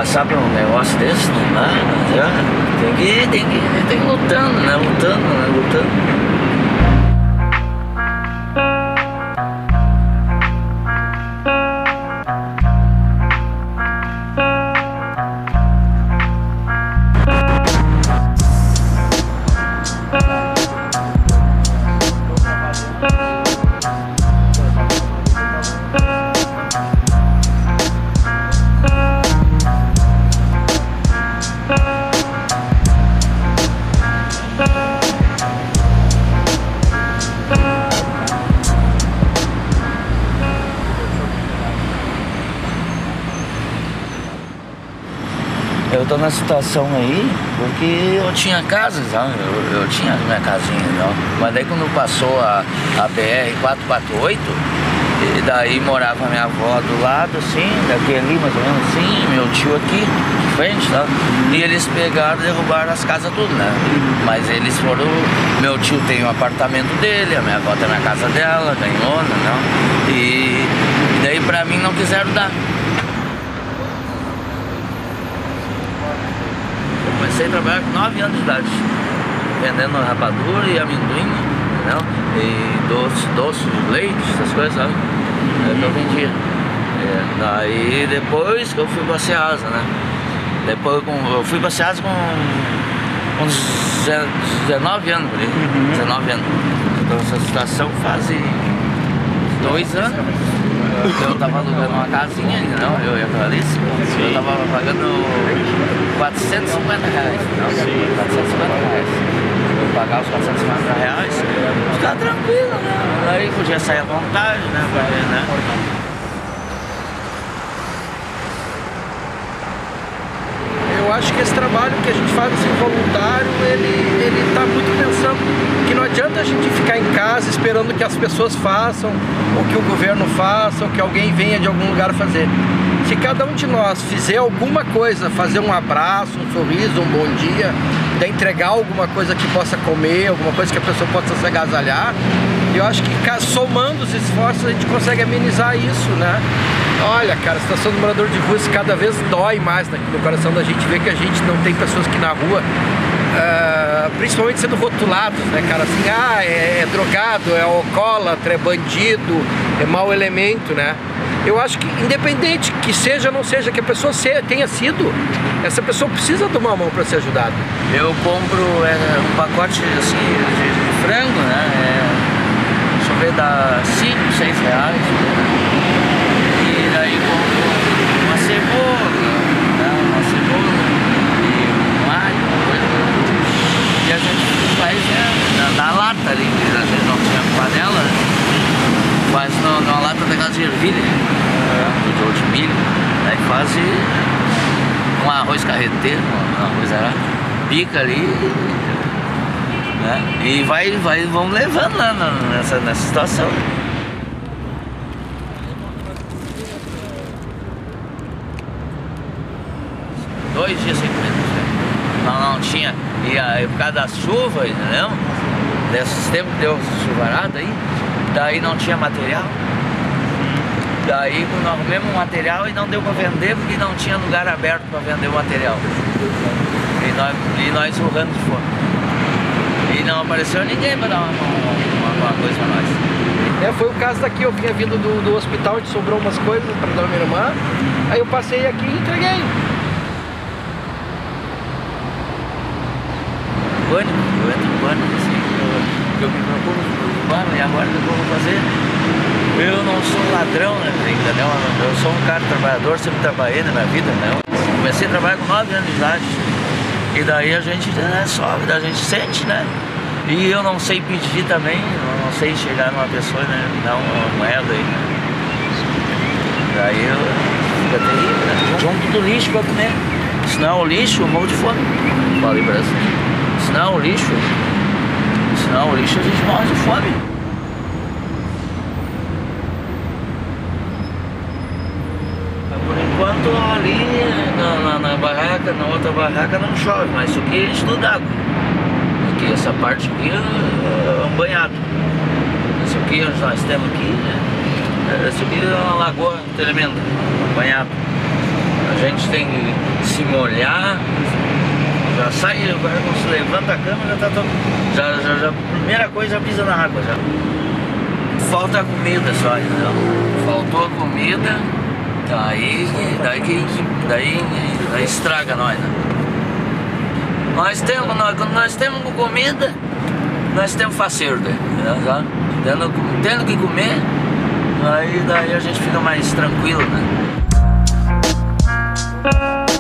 passar por um negócio desse, não dá, tem que ir lutando, né? Lutando. Eu tô na situação aí porque eu tinha casa, sabe? Eu tinha minha casinha, não? Mas daí quando passou a BR-448, e daí morava minha avó do lado, assim, daqui ali mais ou menos assim, meu tio aqui, de frente, sabe? E eles pegaram e derrubaram as casas tudo, né? Mas eles foram... Meu tio tem um apartamento dele, a minha avó tem a casa dela, ganhou, não? E daí pra mim não quiseram dar. Comecei a trabalhar com 9 anos de idade, vendendo rapadura e amendoim, entendeu? E doce, leite, essas coisas, sabe? É que eu vendia. Daí depois que eu fui pra Ceasa, né? Eu fui pra Ceasa com uns 19 anos por aí, 19 anos. Então essa situação faz 2 anos. Eu tava alugando uma casinha, não? Eu e a Clarice. Eu tava pagando R$450, não? Sim. R$450. Eu pagava os R$450, ficava tranquilo, né? Aí podia sair à vontade, né? Porque, né? Eu acho que esse trabalho que a gente faz assim, voluntário, ele tá muito pensando que não adianta a gente ficar em casa esperando que as pessoas façam, ou que o governo faça, ou que alguém venha de algum lugar fazer. Se cada um de nós fizer alguma coisa, fazer um abraço, um sorriso, um bom dia, entregar alguma coisa que possa comer, alguma coisa que a pessoa possa se agasalhar, eu acho que somando os esforços a gente consegue amenizar isso, né? Olha, cara, a situação do morador de rua cada vez dói mais no coração da gente, ver que a gente não tem pessoas que na rua, principalmente sendo rotulados, né, cara, assim, é drogado, é alcoólatra, é bandido, é mau elemento, né? Eu acho que independente que seja ou não seja, que a pessoa tenha sido, essa pessoa precisa de uma mão para ser ajudada. Eu compro um pacote assim, de frango, né? Deixa eu ver, dá R$5, R$6. E daí compro uma cebola, né? E um alho, uma coisa. E a gente faz na lata ali, que às vezes não tinha panela, né? Faz numa lata daquela de ervilha, de milho, aí faz um arroz carreteiro, um arroz arado, pica ali, né? E vamos levando lá nessa situação. Dois dias sem comer, não tinha, e aí por causa das chuvas, entendeu? Desses tempos que deu chuvarada aí, daí não tinha material. Daí nós arrumamos um material e não deu para vender porque não tinha lugar aberto para vender o material. E nós urrando de fome. E não apareceu ninguém para dar uma coisa para nós. Foi o caso daqui, eu vinha vindo do hospital, onde sobrou umas coisas para dar a minha irmã. Aí eu passei aqui e entreguei. Pânico, eu entro em pânico assim, eu me preocupo, e agora o que eu vou fazer? Eu não sou ladrão, né, entendeu? Eu sou um cara trabalhador, sempre trabalhei na minha vida, né? Comecei a trabalhar com 9 anos de idade. E daí a gente sobe, a gente sente, né? E eu não sei pedir também, eu não sei chegar numa pessoa, né, dar uma moeda aí, né? Daí eu fico terrível, né? Junto do lixo pra comer. Se não é o lixo, eu morro de fome. Falei pra você. Se não é o lixo, a gente morre de fome. Por enquanto ali na barraca, na outra barraca não chove, mas isso aqui é estudo d'água. Aqui essa parte aqui é um banhado. Isso aqui onde nós temos aqui, isso aqui é uma lagoa tremenda, um banhado. A gente tem que se molhar, já sai, quando se levanta a cama, já tá todo, já primeira coisa, já pisa na água, já. Falta a comida só, entendeu? Faltou a comida, daí estraga nós, né? Quando nós temos comida, nós temos faceiro, né? Tendo que comer, daí a gente fica mais tranquilo, né?